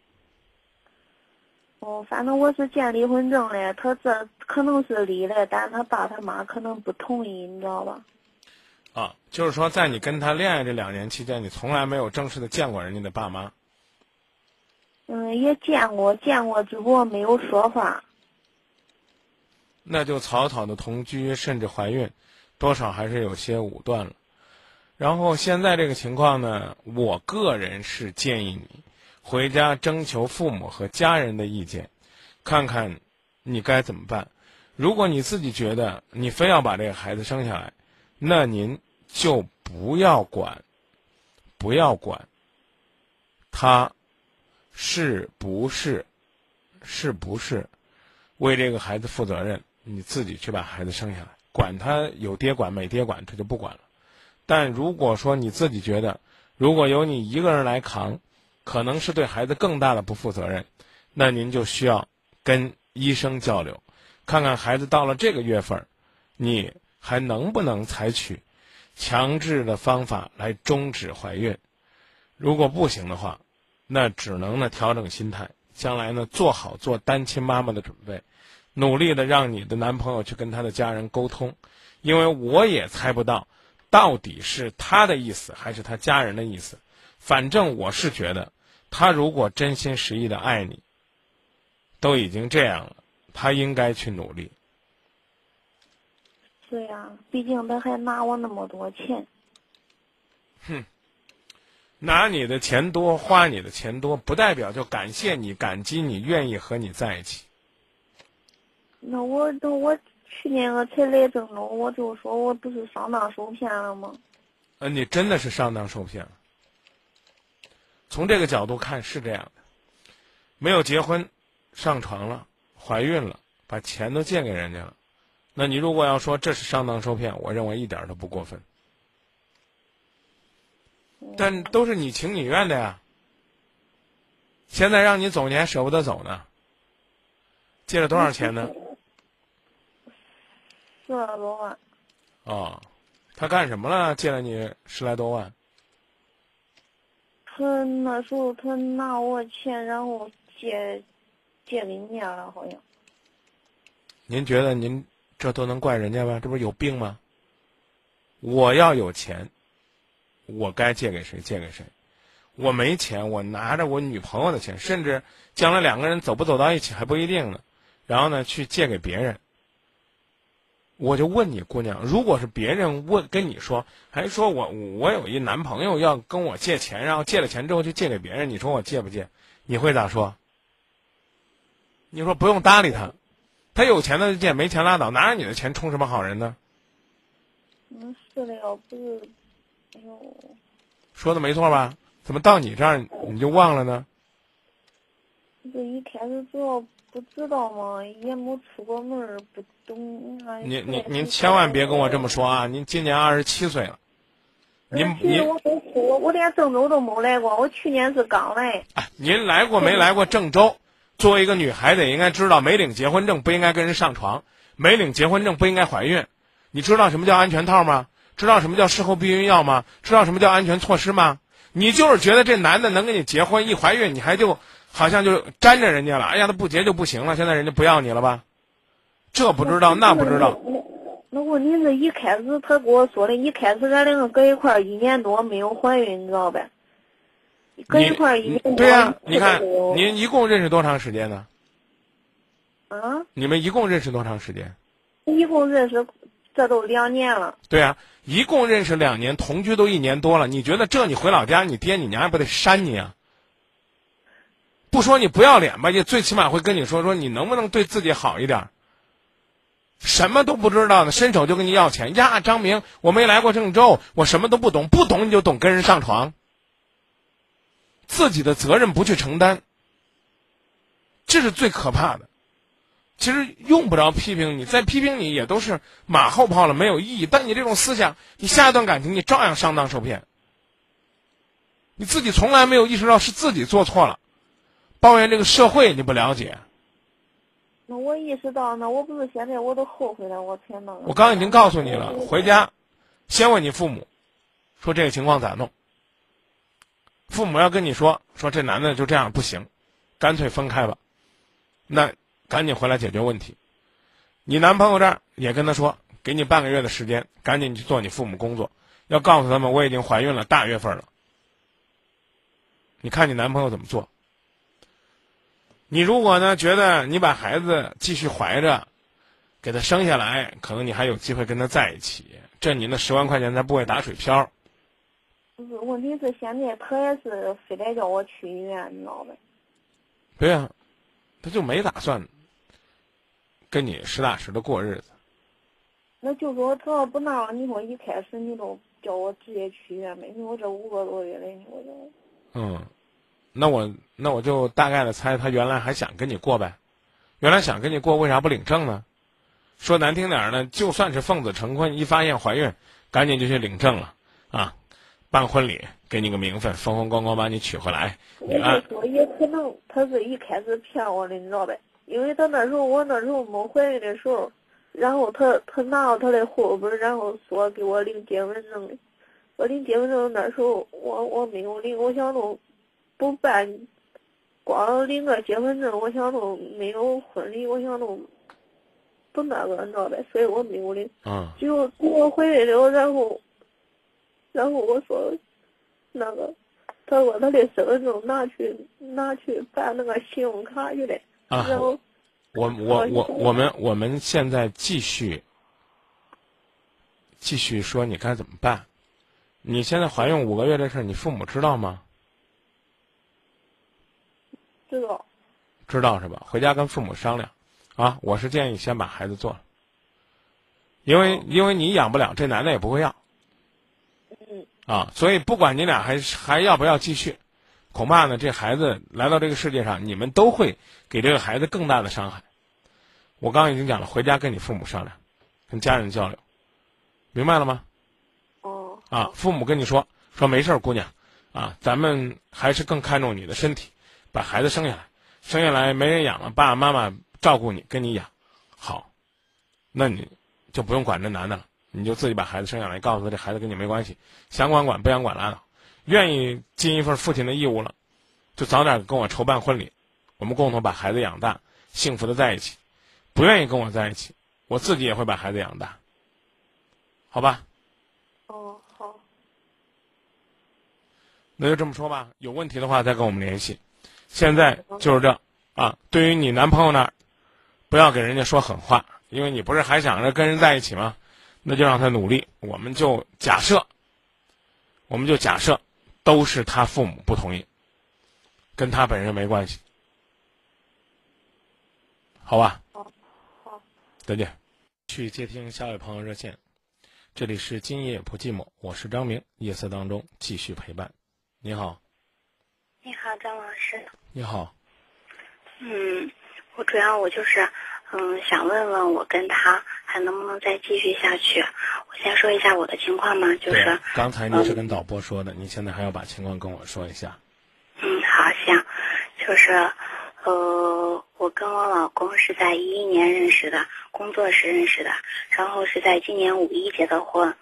反正我是见离婚证的，他这可能是离了，但是他爸他妈可能不同意，你知道吧？ 啊，就是说在你跟他恋爱这2年期间，你从来没有正式的见过人家的爸妈？ 也见过，只不过没有说话。 那就草草的同居，甚至怀孕，多少还是有些武断了。然后现在这个情况呢，我个人是建议你回家征求父母和家人的意见，看看你该怎么办。如果你自己觉得你非要把这个孩子生下来，那您就不要管他是不是为这个孩子负责任，你自己去把孩子生下来，管他有爹管没爹管，这就不管了。但如果说你自己觉得如果由你一个人来扛，可能是对孩子更大的不负责任，那您就需要跟医生交流，看看孩子到了这个月份，你还能不能采取强制的方法来终止怀孕。如果不行的话，那只能呢调整心态，将来呢做好做单亲妈妈的准备，努力的让你的男朋友去跟他的家人沟通，因为我也猜不到到底是他的意思还是他家人的意思。反正我是觉得，他如果真心实意的爱你，都已经这样了，他应该去努力。 是呀，毕竟他还拿我那么多钱。 拿你的钱多，花你的钱多，不代表就感谢你、感激你、愿意和你在一起。 那我去年我才来郑州，我就说我不是上当受骗了吗？ 你真的是上当受骗了。从这个角度看是这样的，没有结婚，上床了，怀孕了，把钱都借给人家了，那你如果要说这是上当受骗，我认为一点都不过分。但都是你情你愿的呀。现在让你走，你还舍不得走呢。借了多少钱呢 ？10多万。 哦，他干什么了？借了你10来多万？ 他那时候他拿我钱，然后借给你了，好像。 您觉得您这都能怪人家吗？这不是有病吗？我要有钱，我该借给谁借给谁。我没钱，我拿着我女朋友的钱，甚至将来2个人走不走到一起还不一定呢。然后呢，去借给别人。我就问你姑娘，如果是别人跟你说，还说我有一男朋友要跟我借钱，然后借了钱之后就借给别人，你说我借不借？你会咋说？你说不用搭理他，他有钱的就借，没钱拉倒，拿着你的钱充什么好人呢？ 是的，要不是，哎呦， 说的没错吧？怎么到你这儿你就忘了呢？ 这一开始主要不知道嘛，也没出过门，不懂。 您千万别跟我这么说啊！您今年27岁了， 我连郑州都没来过，我去年是刚来。 您来过没来过郑州？作为一个女孩子，也应该知道没领结婚证不应该跟人上床，没领结婚证不应该怀孕。你知道什么叫安全套吗？知道什么叫事后避孕药吗？知道什么叫安全措施吗？你就是觉得这男的能跟你结婚，一怀孕你还就好像就粘着人家了，哎呀，他不结就不行了，现在人家不要你了吧？这不知道那不知道。 那问题是一开始他跟我说的，一开始咱两个搁一块1年多没有怀孕，你知道呗？搁一块1年多。 对呀，你看您一共认识多长时间呢？ 啊？ 你们一共认识多长时间？ 一共认识，这都2年了。 对啊，一共认识2年，同居都1年多了。你觉得这你回老家，你爹你娘不得扇你啊？不说你不要脸吧，也最起码会跟你说你能不能对自己好一点。 什么都不知道的，伸手就跟你要钱呀！张明，我没来过郑州，我什么都不懂，不懂你就懂跟人上床，自己的责任不去承担，这是最可怕的。其实用不着批评你，再批评你也都是马后炮了，没有意义。但你这种思想，你下一段感情你照样上当受骗。你自己从来没有意识到是自己做错了，抱怨这个社会你不了解。 那我意识到，那我不是现在我都后悔了，我才弄。 我刚已经告诉你了，回家先问你父母，说这个情况咋弄。父母要跟你说这男的就这样不行，干脆分开吧，那赶紧回来解决问题。你男朋友这儿也跟他说，给你半个月的时间，赶紧去做你父母工作，要告诉他们我已经怀孕了，大月份了。你看你男朋友怎么做？你如果呢觉得你把孩子继续怀着，给他生下来，可能你还有机会跟他在一起，这你那10万块钱才不会打水漂。 不是，问题是现在他也是非得叫我去医院，你知道呗？ 对呀，他就没打算跟你实打实的过日子。 那就说他要不那样，你说一开始你都叫我直接去医院呗？你说这5个多月了，你说这。 那我就大概的猜，他原来还想跟你过呗，原来想跟你过，为啥不领证呢？说难听点呢，就算是奉子成婚，一发现怀孕，赶紧就去领证了啊，办婚礼，给你个名分，风风光光把你娶回来。 我就说也可能他是一开始骗我的，你知道呗？因为他我那时候没怀孕的时候，然后他拿了他的户口本，然后说给我领结婚证。我领结婚证那时候我没有领，我想弄不办，光领个结婚证，我想弄没有婚礼，我想弄不那个，你知道呗？所以我没有领。结果我怀孕了，然后我说那个，他说他的身份证拿去办那个信用卡去了。然后我们现在继续说你该怎么办。你现在怀孕5个月这事儿，你父母知道吗？知道是吧？回家跟父母商量啊。我是建议先把孩子做了，因为你养不了，这男的也不会要。所以不管你俩还要不要继续，恐怕呢这孩子来到这个世界上，你们都会给这个孩子更大的伤害。我刚刚已经讲了，回家跟你父母商量，跟家人交流，明白了吗？父母跟你说没事儿，姑娘咱们还是更看重你的身体，把孩子生下来没人养了，爸爸妈妈照顾你，跟你养好，那你就不用管这男的了，你就自己把孩子生下来，告诉他这孩子跟你没关系，想管管，不想管拉倒。愿意尽一份父亲的义务了，就早点跟我筹办婚礼，我们共同把孩子养大，幸福的在一起。不愿意跟我在一起，我自己也会把孩子养大，好吧？ 好。 那就这么说吧，有问题的话再跟我们联系。现在就是这对于你男朋友那儿，不要给人家说狠话，因为你不是还想着跟人在一起吗？那就让他努力。我们就假设都是他父母不同意，跟他本人没关系，好吧？ 好， 再见。去接听下位朋友热线，这里是今夜不寂寞，我是张明，夜色当中继续陪伴。你好。 你好，张老师。 你好。 我主要就是想问问我跟他还能不能再继续下去。我先说一下我的情况嘛，就是刚才你是跟导播说的，你现在还要把情况跟我说一下。 好，行，就是我跟我老公是在2011年认识的，工作时认识的，然后是在今年5一结的婚。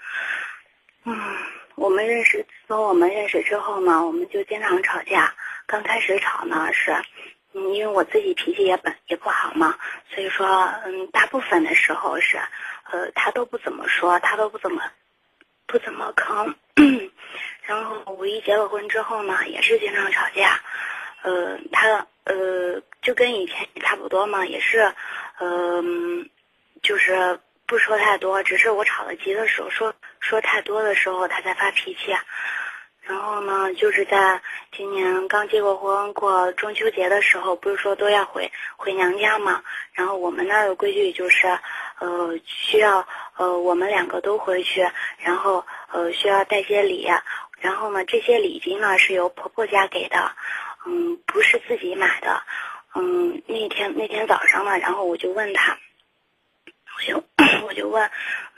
从我们认识之后呢，我们就经常吵架。刚开始吵呢是因为我自己脾气也不好嘛，所以说大部分的时候是他都不怎么说，他都不怎么吭。然后5一结了婚之后呢，也是经常吵架。他就跟以前差不多嘛，也是就是不说太多，只是我吵得急的时候说太多的时候他才发脾气。然后呢，就是在今年刚结过婚，过中秋节的时候，不是说都要回娘家嘛？然后我们那儿的规矩就是， 需要我们2个都回去，然后需要带些礼，然后呢这些礼金呢是由婆婆家给的，不是自己买的。那天早上呢，然后我就问他，我就问，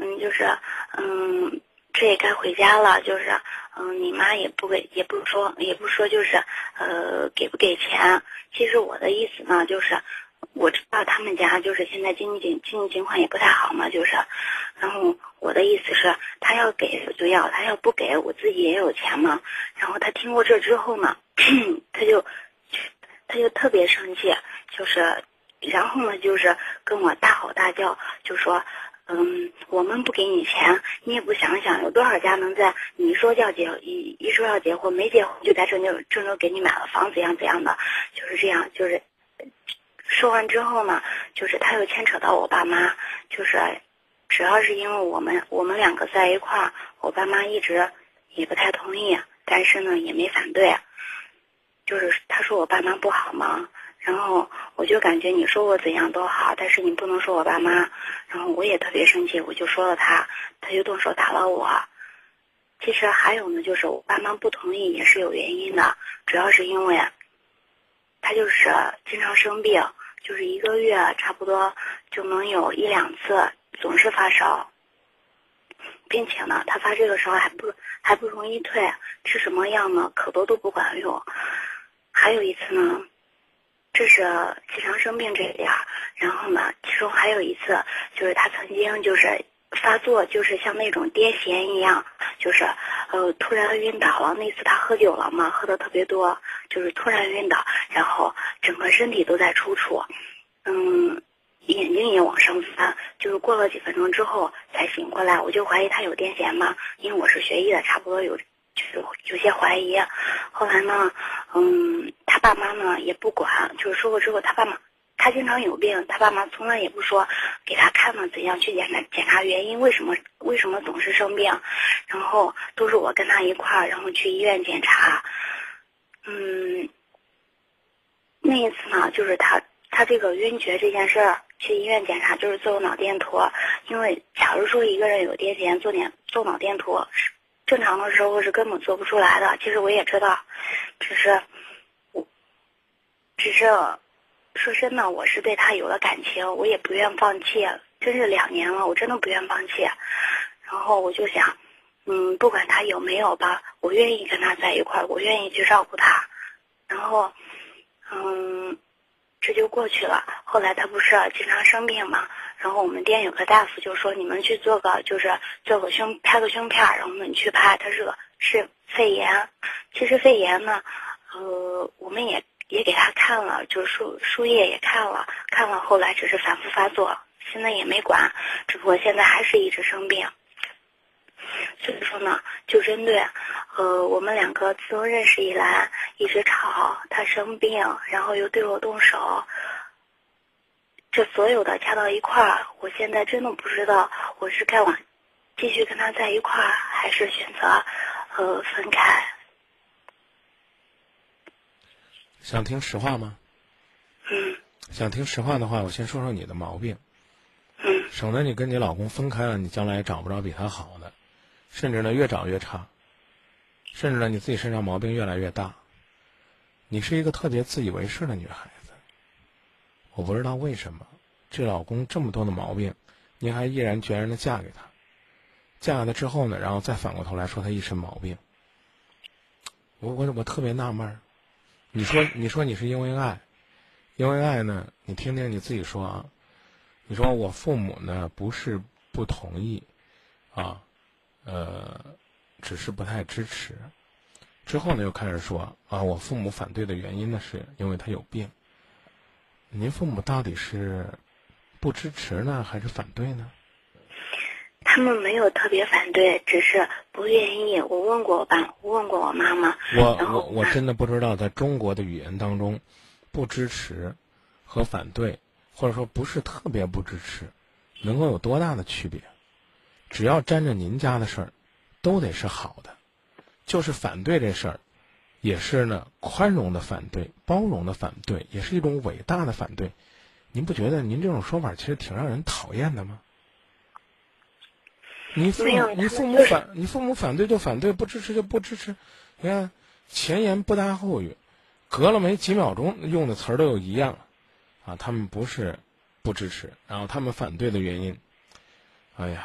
这也该回家了，你妈也不说就是给不给钱。其实我的意思呢，我知道他们家现在经济情况也不太好嘛，然后我的意思是，他要给我就要，他要不给我自己也有钱嘛。然后他听过这之后呢，他就特别生气，然后呢跟我大吼大叫，就说我们不给你钱，你也不想想有多少家能在你说要一说要结婚没结婚就在郑州给你买了房怎样怎样的，这样。说完之后呢，他又牵扯到我爸妈，主要是因为我们2个在一块儿，我爸妈一直也不太同意，但是呢也没反对，他说我爸妈不好嘛，然后我就感觉你说我怎样都好，但是你不能说我爸妈，然后我也特别生气，我就说了他就动手打了我。其实还有呢，我爸妈不同意也是有原因的，主要是因为他经常生病，1个月差不多就能有1、2次总是发烧，并且呢他发这个烧还不容易退，吃什么药呢可多都不管用。还有一次呢，这是经常生病这点，然后呢其中还有一次他曾经发作，像那种癫痫一样，突然晕倒了。那次他喝酒了嘛，喝的特别多，突然晕倒，然后整个身体都在抽搐，眼睛也往上翻，过了几分钟之后才醒过来。我就怀疑他有癫痫嘛，因为我是学医的，差不多有些怀疑。后来呢，他爸妈呢也不管，说过之后他经常有病，他爸妈从来也不说给他看了怎样去检查原因，为什么总是生病，然后都是我跟他一块儿，然后去医院检查。那一次呢，他这个晕厥这件事儿，去医院检查做脑电图，因为假如说一个人有癫痫做脑电图，正常的时候是根本做不出来的。其实我也知道，只是说真的，我是对他有了感情，我也不愿放弃，真是2年了，我真的不愿放弃。然后我就想，不管他有没有吧，我愿意跟他在一块儿，我愿意去照顾他。然后，这就过去了。后来他不是经常生病嘛，然后我们店有个大夫就说，你们去做个拍个胸片，然后你去拍，他是肺炎。其实肺炎呢，我们也给他看了，输液也看了，后来只是反复发作，现在也没管，只不过现在还是一直生病。所以说呢，就针对我们2个自从认识以来一直吵，他生病，然后又对我动手，这所有的加到一块儿，我现在真的不知道我是该继续跟他在一块儿，还是选择分开。 想听实话吗？想听实话的话，我先说说你的毛病。省得你跟你老公分开了，你将来也找不着比他好的，甚至呢越找越差，甚至呢你自己身上毛病越来越大。你是一个特别自以为是的女孩子，我不知道为什么这老公这么多的毛病，你还毅然决然的嫁给他，嫁给他之后呢，然后再反过头来说他一身毛病。我特别纳闷儿。你说你是因为爱，因为爱呢，你听听你自己说啊。你说我父母呢不是不同意，只是不太支持。之后呢又开始说我父母反对的原因呢是因为他有病。您父母到底是不支持呢还是反对呢？ 他们没有特别反对，只是不愿意。我问过我爸，我问过我妈妈。 我真的不知道在中国的语言当中，不支持和反对，或者说不是特别不支持，能够有多大的区别？只要沾着您家的事儿，都得是好的。就是反对这事儿，也是呢宽容的反对，包容的反对，也是一种伟大的反对。您不觉得您这种说法其实挺让人讨厌的吗？ 你父母反对就反对，不支持就不支持。你看前言不搭后语，隔了没几秒钟用的词儿都有一样啊。他们不是不支持，然后他们反对的原因，哎呀，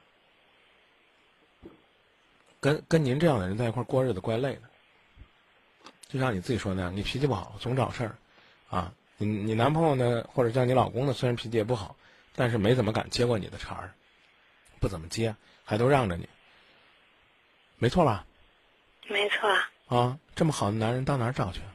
跟您这样的人在一块儿过日子怪累的。就像你自己说那样，你脾气不好，总找事儿，啊，你男朋友呢，或者叫你老公呢，虽然脾气也不好，但是没怎么敢接过你的茬儿，不怎么接，还都让着你，没错吧？ 没错。 啊，这么好的男人到哪儿找去？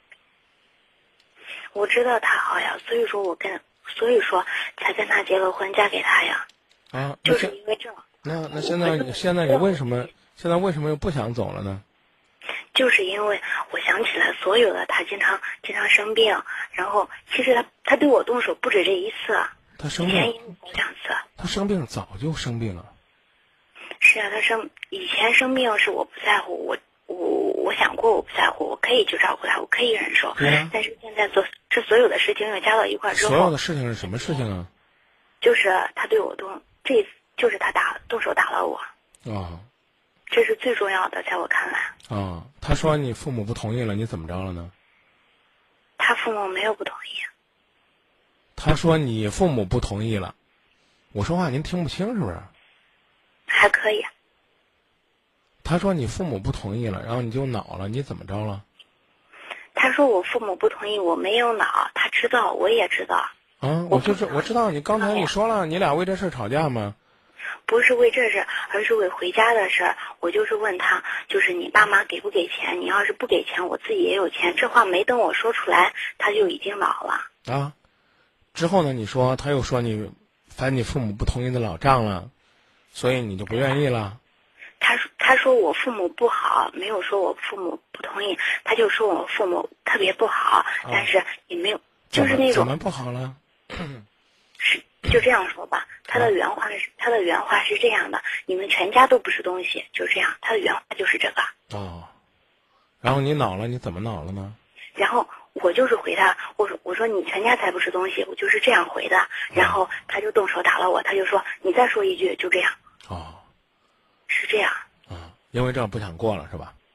我知道他好呀，所以说才跟他结了婚，嫁给他呀。 啊， 就是因为这。 那现在你为什么又不想走了呢？ 就是因为我想起来所有的他经常生病，然后其实他对我动手不止这一次， 他生病 2次。 他生病早就生病了。 是啊，以前生病是我不在乎，我想过我不在乎，我可以去照顾他，我可以忍受。但是现在这所有的事情又加到一块之后， 所有的事情是什么事情啊？ 就是他对我就是他动手打了我。 哦。 这是最重要的，在我看来。 哦，他说你父母不同意了，你怎么着了呢？ 他父母没有不同意。 他说你父母不同意了，我说话您听不清是不是？ 还可以。 他说你父母不同意了，然后你就恼了，你怎么着了？ 他说我父母不同意，我没有恼，他知道，我也知道。 啊，我知道，你刚才你说了，你俩为这事吵架吗？ 不是为这事，而是为回家的事。我就是问他，就是你爸妈给不给钱？你要是不给钱，我自己也有钱。这话没等我说出来，他就已经恼了。 啊，之后呢？他又说你烦你父母不同意的老账了，所以你就不愿意了。 他说我父母不好，没有说我父母不同意，他就说我父母特别不好，但是也没有，就是那种怎么不好了？ 就这样说吧，他的原话是这样的：你们全家都不是东西，就这样。他的原话就是这个。 哦，然后你恼了，你怎么恼了呢？ 然后我就是回他，我说你全家才不是东西，我就是这样回的。然后他就动手打了我，他就说你再说一句，就这样。 哦， 是这样。 因为这不想过了是吧？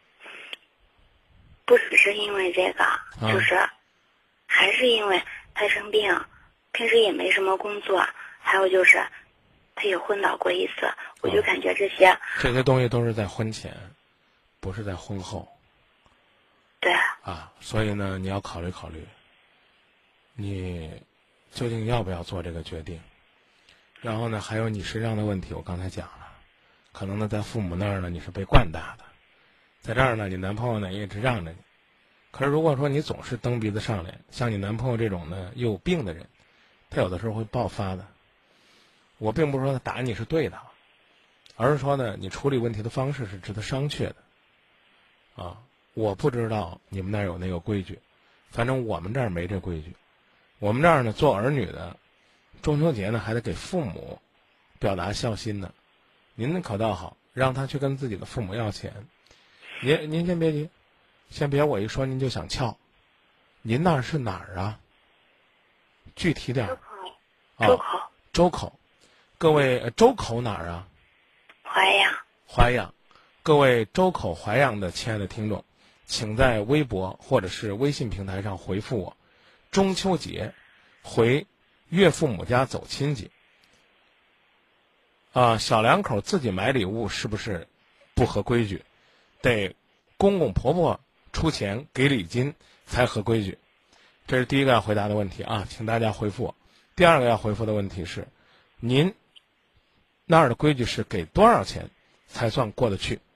不只是因为这个，就是还是因为他生病。平时也没什么工作，还有就是他也昏倒过一次，我就感觉这些东西都是在婚前，不是在婚后。 对啊，所以呢，你要考虑考虑，你究竟要不要做这个决定。然后呢，还有你身上的问题，我刚才讲了，可能呢在父母那儿呢你是被惯大的，在这儿呢你男朋友呢也一直让着你。可是如果说你总是蹬鼻子上脸，像你男朋友这种呢又有病的人，他有的时候会爆发的。我并不是说他打你是对的，而是说呢，你处理问题的方式是值得商榷的。啊，我不知道你们那儿有那个规矩，反正我们这儿没这规矩。我们这儿呢，做儿女的，中秋节呢还得给父母表达孝心呢。您可倒好，让他去跟自己的父母要钱。您先别急，先别我一说您就想撬。您那儿是哪儿啊？具体点儿。周口，各位周口哪儿啊？淮阳，各位周口淮阳的亲爱的听众，请在微博或者是微信平台上回复我，中秋节回岳父母家走亲戚。小两口自己买礼物是不是不合规矩？得公公婆婆出钱给礼金才合规矩。这是第一个要回答的问题啊，请大家回复我。第二个要回复的问题是，您那儿的规矩是给多少钱才算过得去？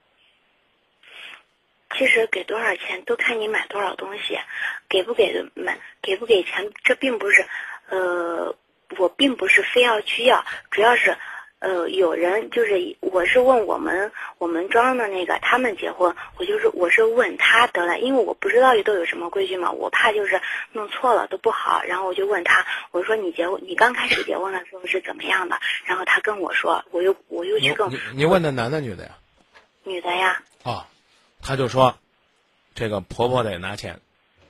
其实给多少钱都看你买多少东西，给不给钱，这并不是，我并不是非要去要，主要是。有人就是我是问我们庄的那个他们结婚，我是问他得了，因为我不知道都有什么规矩嘛，我怕就是弄错了都不好，然后我就问他，我说你刚开始结婚的时候是怎么样的？然后他跟我说，我又去跟你问的男的女的呀？ 女的呀。 他就说，这个婆婆得拿钱，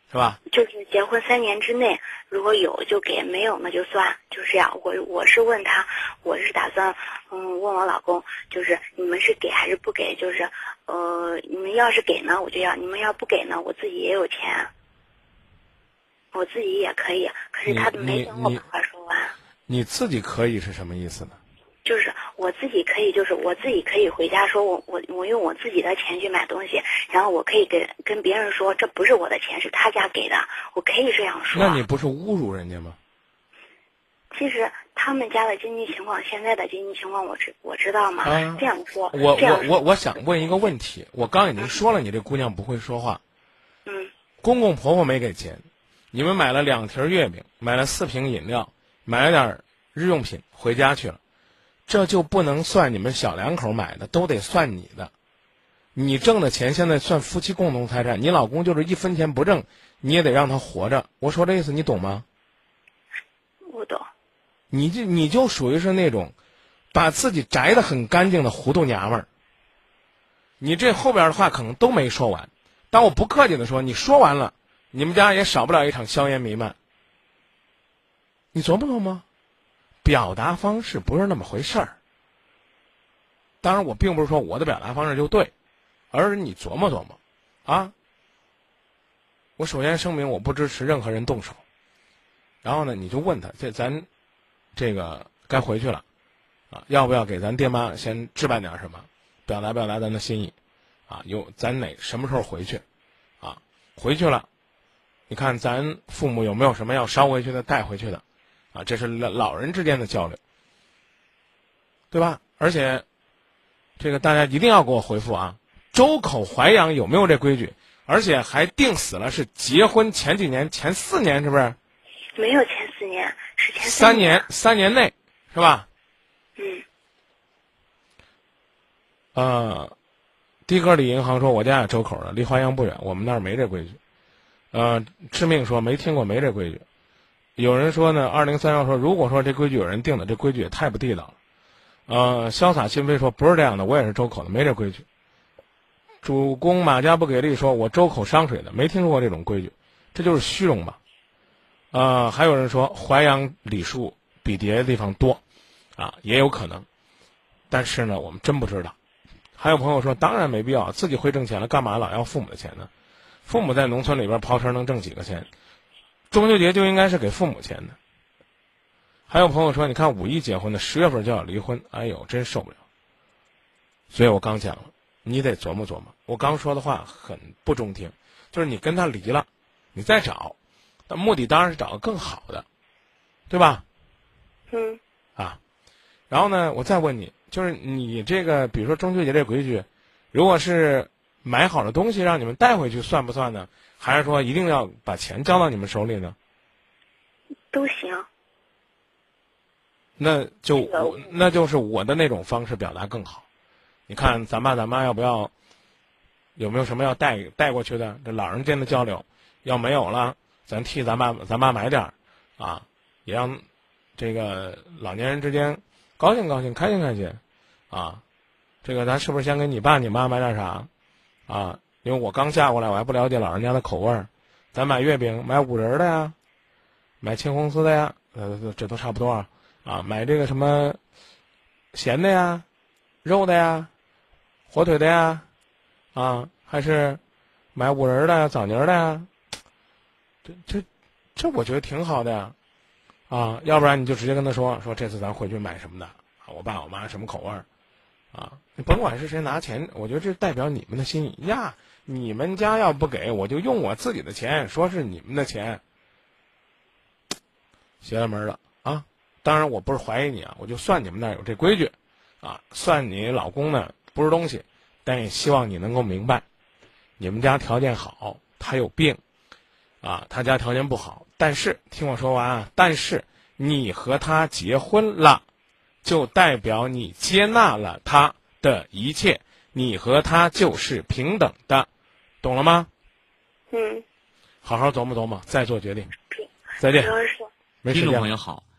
是吧？ 就是结婚3年之内，如果有就给，没有那就算，就是这样。我是问他，我是打算问我老公，就是你们是给还是不给？就是你们要是给呢，我就要；你们要不给呢，我自己也有钱，我自己也可以。可是他没等我把话说完。 你自己可以是什么意思呢？ 就是我自己可以，就是我自己可以回家说我用我自己的钱去买东西，然后我可以跟别人说这不是我的钱，是他家给的，我可以这样说。 那你不是侮辱人家吗？ 其实他们家的经济情况，现在的经济情况我知道吗？这样说， 我想问一个问题，我刚已经说了，你这姑娘不会说话。公公婆婆没给钱，你们买了2瓶月饼，买了4瓶饮料，买了点日用品回家去了。这就不能算你们小两口买的，都得算你的。你挣的钱现在算夫妻共同财产，你老公就是1分钱不挣，你也得让他活着。我说这意思你懂吗？ 我懂。 你就属于是那种把自己摘得很干净的糊涂娘们儿。你这后边的话可能都没说完，但我不客气的说，你说完了，你们家也少不了一场硝烟弥漫。你琢磨琢磨，表达方式不是那么回事儿。当然，我并不是说我的表达方式就对，而是你琢磨琢磨，啊。我首先声明，我不支持任何人动手。然后呢，你就问他，咱这个该回去了，啊，要不要给咱爹妈先置办点什么，表达表达咱的心意，啊，咱什么时候回去，啊，回去了，你看咱父母有没有什么要捎回去的、带回去的。啊，这是老人之间的交流，对吧？而且，这个大家一定要给我回复啊！周口怀养有没有这规矩？而且还定死了，是结婚前几年、前4年，是不是？ 没有前4年，是前 3年，3年内，是吧？的哥里银行说，我家也周口的，离淮阳不远，我们那儿没这规矩。致命说没听过，没这规矩。有人说呢，2031说，如果说这规矩有人定的，这规矩也太不地道了。潇洒心扉说不是这样的，我也是周口的，没这规矩。主公马家不给力说，我周口商水的，没听说过这种规矩，这就是虚荣吧。还有人说淮阳礼数比别的地方多，啊，也有可能，但是呢，我们真不知道。还有朋友说，当然没必要，自己会挣钱了，干嘛老要父母的钱呢？父母在农村里边刨车能挣几个钱？中秋节就应该是给父母钱的。还有朋友说，你看5一结婚的，10月份就要离婚，哎呦，真受不了。所以我刚讲了，你得琢磨琢磨。我刚说的话很不中听，就是你跟他离了，你再找，但目的当然是找个更好的，对吧？然后呢，我再问你，就是你这个，比如说中秋节这规矩，如果是买好的东西让你们带回去，算不算呢？还是说一定要把钱交到你们手里呢？ 都行。 那就是我的那种方式表达更好。你看咱爸咱妈要不要，有没有什么要带过去的？这老人间的交流，要没有了，咱替咱爸咱妈买点儿，啊，也让这个老年人之间高兴高兴、开心开心，啊，这个咱是不是先给你爸你妈买点啥，啊？因为我刚嫁过来，我还不了解老人家的口味儿，咱买月饼，买5仁的呀，买青红丝的呀，这都差不多啊。买这个什么咸的呀、肉的呀、火腿的呀，啊，还是买5仁的呀、枣泥的呀，这我觉得挺好的呀，啊，要不然你就直接跟他说这次咱回去买什么的，啊，我爸我妈什么口味儿，啊，你甭管是谁拿钱，我觉得这代表你们的心意呀。你们家要不给，我就用我自己的钱，说是你们的钱，邪了门了啊！当然我不是怀疑你啊，我就算你们那儿有这规矩，啊，算你老公呢不是东西，但也希望你能够明白，你们家条件好，他有病，啊，他家条件不好，但是听我说完啊，但是你和他结婚了，就代表你接纳了他的一切，你和他就是平等的。懂了吗？好好琢磨琢磨，再做决定。再见。没时间。 听众朋友好，